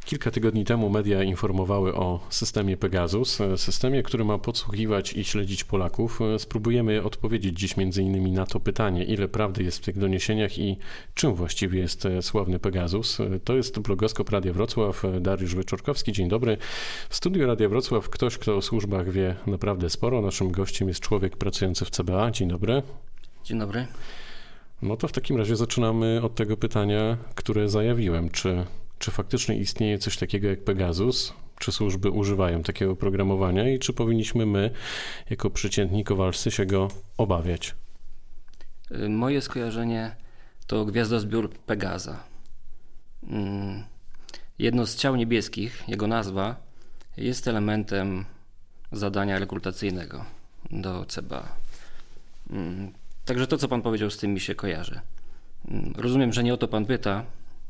Kilka tygodni temu media informowały o systemie Pegasus, systemie, który ma podsłuchiwać i śledzić Polaków. Spróbujemy odpowiedzieć dziś m.in. na to pytanie, ile prawdy jest w tych doniesieniach i czym właściwie jest sławny Pegasus. To jest blogoskop Radia Wrocław, Dariusz Wieczorkowski, dzień dobry. W studiu Radia Wrocław ktoś, kto o służbach wie naprawdę sporo. Naszym gościem jest człowiek pracujący w CBA. Dzień dobry. Dzień dobry. No to w takim razie zaczynamy od tego pytania, które zajawiłem. Czy faktycznie istnieje coś takiego jak Pegasus? Czy służby używają takiego oprogramowania i czy powinniśmy my, jako przeciętni kowalscy, się go obawiać? Moje skojarzenie to gwiazdozbiór Pegaza. Jedno z ciał niebieskich, jego nazwa, jest elementem zadania rekrutacyjnego do CBA. Także to, co pan powiedział, z tym mi się kojarzy. Rozumiem, że nie o to pan pyta.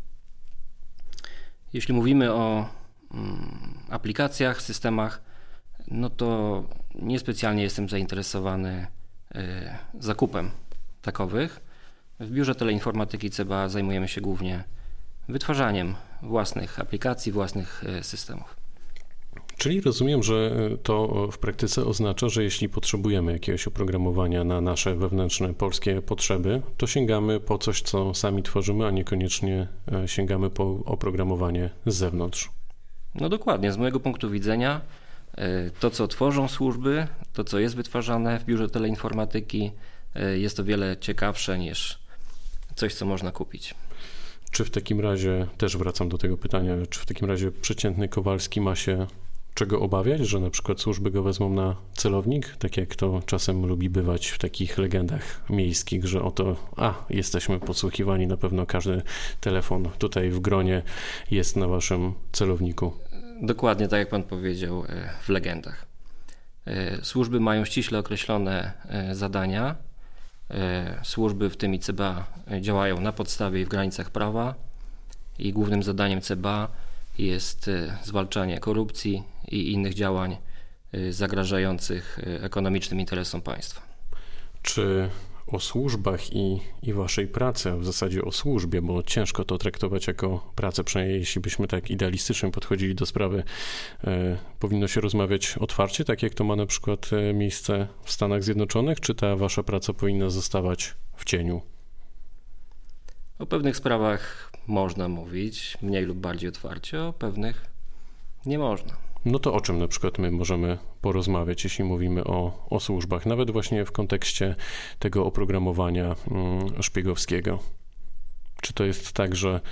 Jeśli mówimy o aplikacjach, systemach, no to niespecjalnie jestem zainteresowany zakupem takowych. W Biurze Teleinformatyki CBA zajmujemy się głównie wytwarzaniem własnych aplikacji, własnych systemów. Czyli rozumiem, że to w praktyce oznacza, że jeśli potrzebujemy jakiegoś oprogramowania na nasze wewnętrzne polskie potrzeby, to sięgamy po coś, co sami tworzymy, a niekoniecznie sięgamy po oprogramowanie z zewnątrz. No dokładnie, z mojego punktu widzenia to, co tworzą służby, to, co jest wytwarzane w Biurze Teleinformatyki, jest o wiele ciekawsze niż coś, co można kupić. Czy w takim razie, też wracam do tego pytania, czy w takim razie przeciętny Kowalski ma się czego obawiać, że na przykład służby go wezmą na celownik, tak jak to czasem lubi bywać w takich legendach miejskich, że oto, jesteśmy podsłuchiwani, na pewno każdy telefon tutaj w gronie jest na waszym celowniku. Dokładnie tak jak pan powiedział w legendach. Służby mają ściśle określone zadania. Służby, w tym i CBA, działają na podstawie i w granicach prawa i głównym zadaniem CBA jest zwalczanie korupcji i innych działań zagrażających ekonomicznym interesom państwa. Czy o służbach i waszej pracy, a w zasadzie o służbie, bo ciężko to traktować jako pracę, przynajmniej jeśli byśmy tak idealistycznie podchodzili do sprawy, powinno się rozmawiać otwarcie, tak jak to ma na przykład miejsce w Stanach Zjednoczonych, czy ta wasza praca powinna zostawać w cieniu? O pewnych sprawach można mówić, mniej lub bardziej otwarcie, o pewnych nie można. No to o czym na przykład my możemy porozmawiać, jeśli mówimy o służbach, nawet właśnie w kontekście tego oprogramowania szpiegowskiego? Czy to jest tak,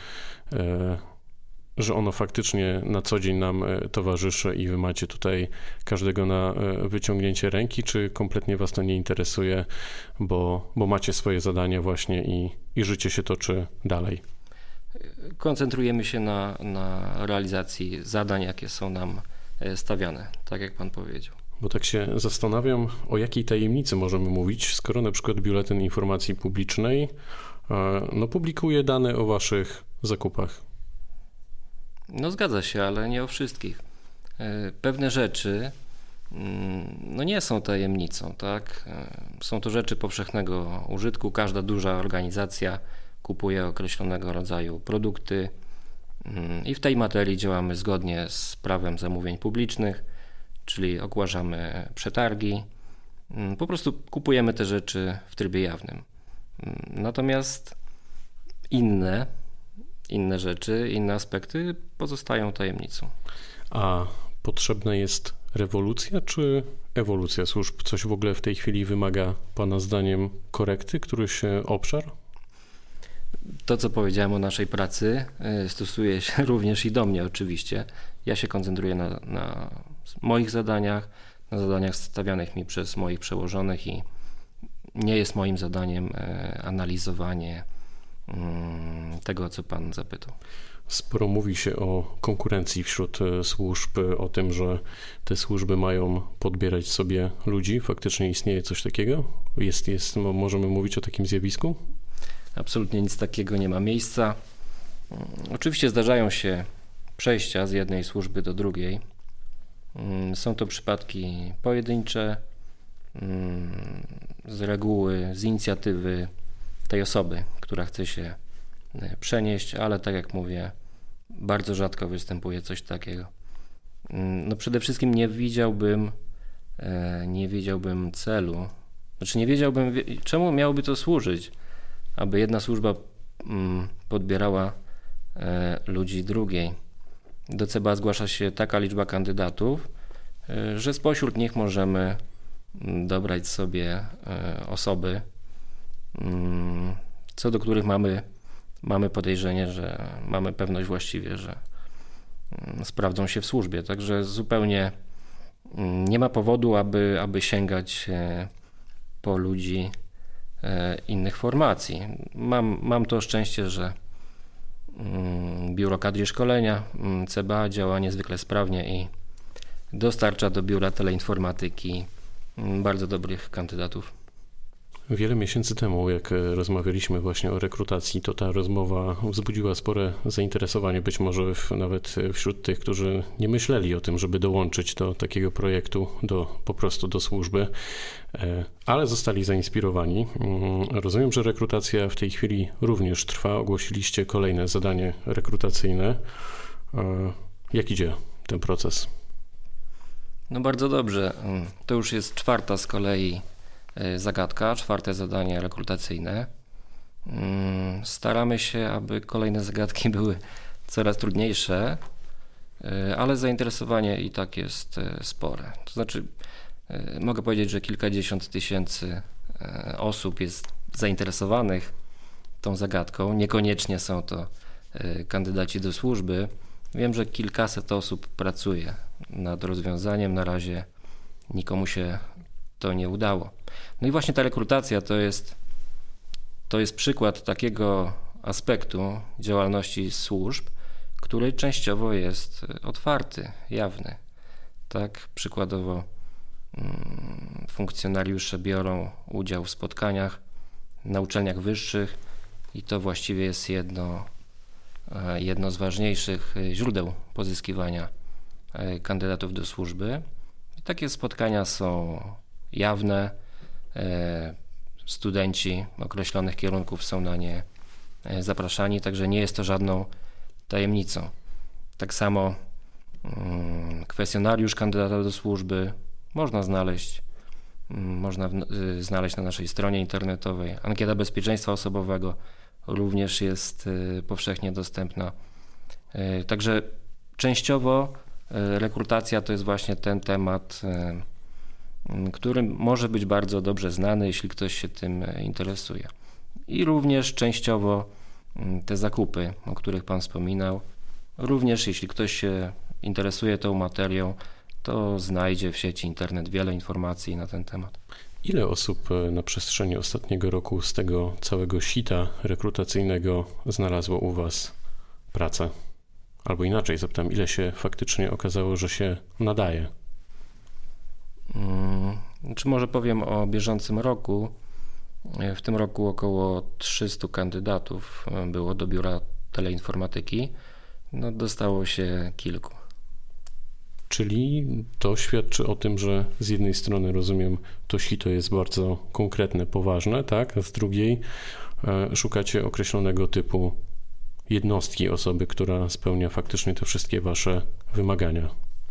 że ono faktycznie na co dzień nam towarzyszy i wy macie tutaj każdego na wyciągnięcie ręki, czy kompletnie was to nie interesuje, bo macie swoje zadania właśnie i życie się toczy dalej? Koncentrujemy się na realizacji zadań, jakie są nam stawiane, tak jak pan powiedział. Bo tak się zastanawiam, o jakiej tajemnicy możemy mówić, skoro na przykład Biuletyn Informacji Publicznej publikuje dane o waszych zakupach. No zgadza się, ale nie o wszystkich. Pewne rzeczy nie są tajemnicą, tak? Są to rzeczy powszechnego użytku. Każda duża organizacja kupuje określonego rodzaju produkty i w tej materii działamy zgodnie z prawem zamówień publicznych, czyli ogłaszamy przetargi. Po prostu kupujemy te rzeczy w trybie jawnym. Natomiast inne rzeczy, inne aspekty pozostają tajemnicą. A potrzebna jest rewolucja czy ewolucja służb? Coś w ogóle w tej chwili wymaga pana zdaniem korekty, któryś obszar? To, co powiedziałem o naszej pracy, stosuje się również i do mnie oczywiście. Ja się koncentruję na moich zadaniach, na zadaniach stawianych mi przez moich przełożonych i nie jest moim zadaniem analizowanie tego, o co pan zapytał. Sporo mówi się o konkurencji wśród służb, o tym, że te służby mają podbierać sobie ludzi. Faktycznie istnieje coś takiego? Możemy mówić o takim zjawisku? Absolutnie nic takiego nie ma miejsca. Oczywiście zdarzają się przejścia z jednej służby do drugiej. Są to przypadki pojedyncze, z reguły z inicjatywy tej osoby, która chce się przenieść, ale tak jak mówię, Bardzo rzadko występuje coś takiego. No przede wszystkim nie wiedziałbym celu. Znaczy nie wiedziałbym, czemu miałoby to służyć, aby jedna służba podbierała ludzi drugiej. Do CBA zgłasza się taka liczba kandydatów, że spośród nich możemy dobrać sobie osoby, co do których mamy podejrzenie, że mamy pewność właściwie, że sprawdzą się w służbie. Także zupełnie nie ma powodu, aby sięgać po ludzi innych formacji. Mam to szczęście, że Biuro Kadr i Szkolenia CBA działa niezwykle sprawnie i dostarcza do Biura Teleinformatyki bardzo dobrych kandydatów. Wiele miesięcy temu, jak rozmawialiśmy właśnie o rekrutacji, to ta rozmowa wzbudziła spore zainteresowanie, być może nawet wśród tych, którzy nie myśleli o tym, żeby dołączyć do takiego projektu, po prostu do służby, ale zostali zainspirowani. Rozumiem, że rekrutacja w tej chwili również trwa. Ogłosiliście kolejne zadanie rekrutacyjne. Jak idzie ten proces? No bardzo dobrze. To już jest czwarta z kolei zagadka, czwarte zadanie rekrutacyjne. Staramy się, aby kolejne zagadki były coraz trudniejsze, ale zainteresowanie i tak jest spore. To znaczy, mogę powiedzieć, że kilkadziesiąt tysięcy osób jest zainteresowanych tą zagadką. Niekoniecznie są to kandydaci do służby. Wiem, że kilkaset osób pracuje nad rozwiązaniem. Na razie nikomu się to nie udało. No i właśnie ta rekrutacja to jest przykład takiego aspektu działalności służb, który częściowo jest otwarty, jawny. Tak, przykładowo funkcjonariusze biorą udział w spotkaniach na uczelniach wyższych i to właściwie jest jedno z ważniejszych źródeł pozyskiwania kandydatów do służby. I takie spotkania są jawne, studenci określonych kierunków są na nie zapraszani, także nie jest to żadną tajemnicą. Tak samo kwestionariusz kandydata do służby można znaleźć na naszej stronie internetowej. Ankieta bezpieczeństwa osobowego również jest powszechnie dostępna. Także częściowo rekrutacja to jest właśnie ten temat, który może być bardzo dobrze znany, jeśli ktoś się tym interesuje. I również częściowo te zakupy, o których Pan wspominał, również jeśli ktoś się interesuje tą materią, to znajdzie w sieci internet wiele informacji na ten temat. Ile osób na przestrzeni ostatniego roku z tego całego sita rekrutacyjnego znalazło u Was pracę? Albo inaczej zapytam, ile się faktycznie okazało, że się nadaje? Czy może powiem o bieżącym roku? W tym roku około 300 kandydatów było do Biura Teleinformatyki. No, dostało się kilku. Czyli to świadczy o tym, że z jednej strony, rozumiem, to sito jest bardzo konkretne, poważne, tak? A z drugiej szukacie określonego typu jednostki, osoby, która spełnia faktycznie te wszystkie Wasze wymagania.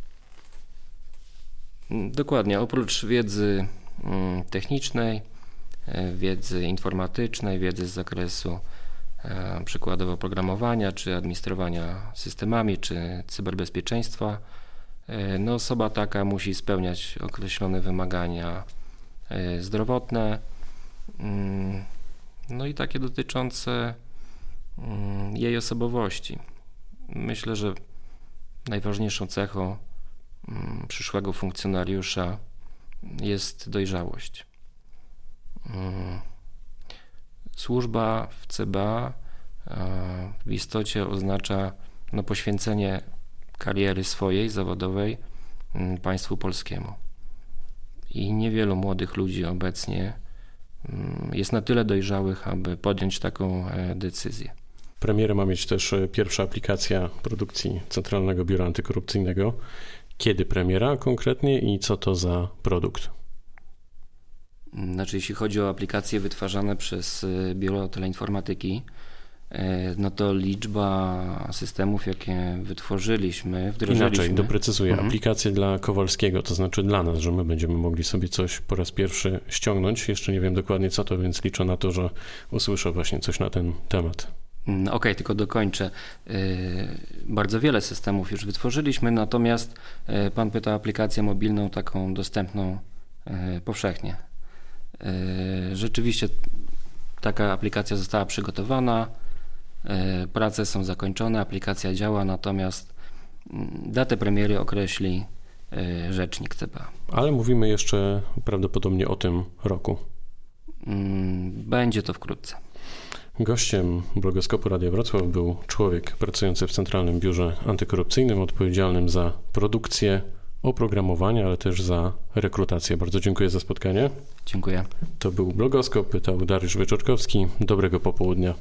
Dokładnie. Oprócz wiedzy technicznej, wiedzy informatycznej, wiedzy z zakresu przykładowo programowania, czy administrowania systemami, czy cyberbezpieczeństwa, no osoba taka musi spełniać określone wymagania zdrowotne, no i takie dotyczące jej osobowości. Myślę, że najważniejszą cechą przyszłego funkcjonariusza jest dojrzałość. Służba w CBA w istocie oznacza poświęcenie kariery swojej, zawodowej państwu polskiemu. I niewielu młodych ludzi obecnie jest na tyle dojrzałych, aby podjąć taką decyzję. Premierę ma mieć też pierwsza aplikacja produkcji Centralnego Biura Antykorupcyjnego. Kiedy premiera konkretnie i co to za produkt? Znaczy, jeśli chodzi o aplikacje wytwarzane przez Biuro Teleinformatyki, no to liczba systemów, jakie wytworzyliśmy, wdrożyliśmy. Inaczej, doprecyzuję. Aplikacje dla Kowalskiego, to znaczy dla nas, że my będziemy mogli sobie coś po raz pierwszy ściągnąć. Jeszcze nie wiem dokładnie co to, więc liczę na to, że usłyszę właśnie coś na ten temat. Okej, tylko dokończę. Bardzo wiele systemów już wytworzyliśmy, natomiast pan pyta o aplikację mobilną taką dostępną powszechnie. Rzeczywiście taka aplikacja została przygotowana, prace są zakończone, aplikacja działa, natomiast datę premiery określi rzecznik CBA. Ale mówimy jeszcze prawdopodobnie o tym roku. Będzie to wkrótce. Gościem blogoskopu Radia Wrocław był człowiek pracujący w Centralnym Biurze Antykorupcyjnym, odpowiedzialnym za produkcję oprogramowania, ale też za rekrutację. Bardzo dziękuję za spotkanie. Dziękuję. To był blogoskop, pytał Dariusz Wieczorkowski. Dobrego popołudnia.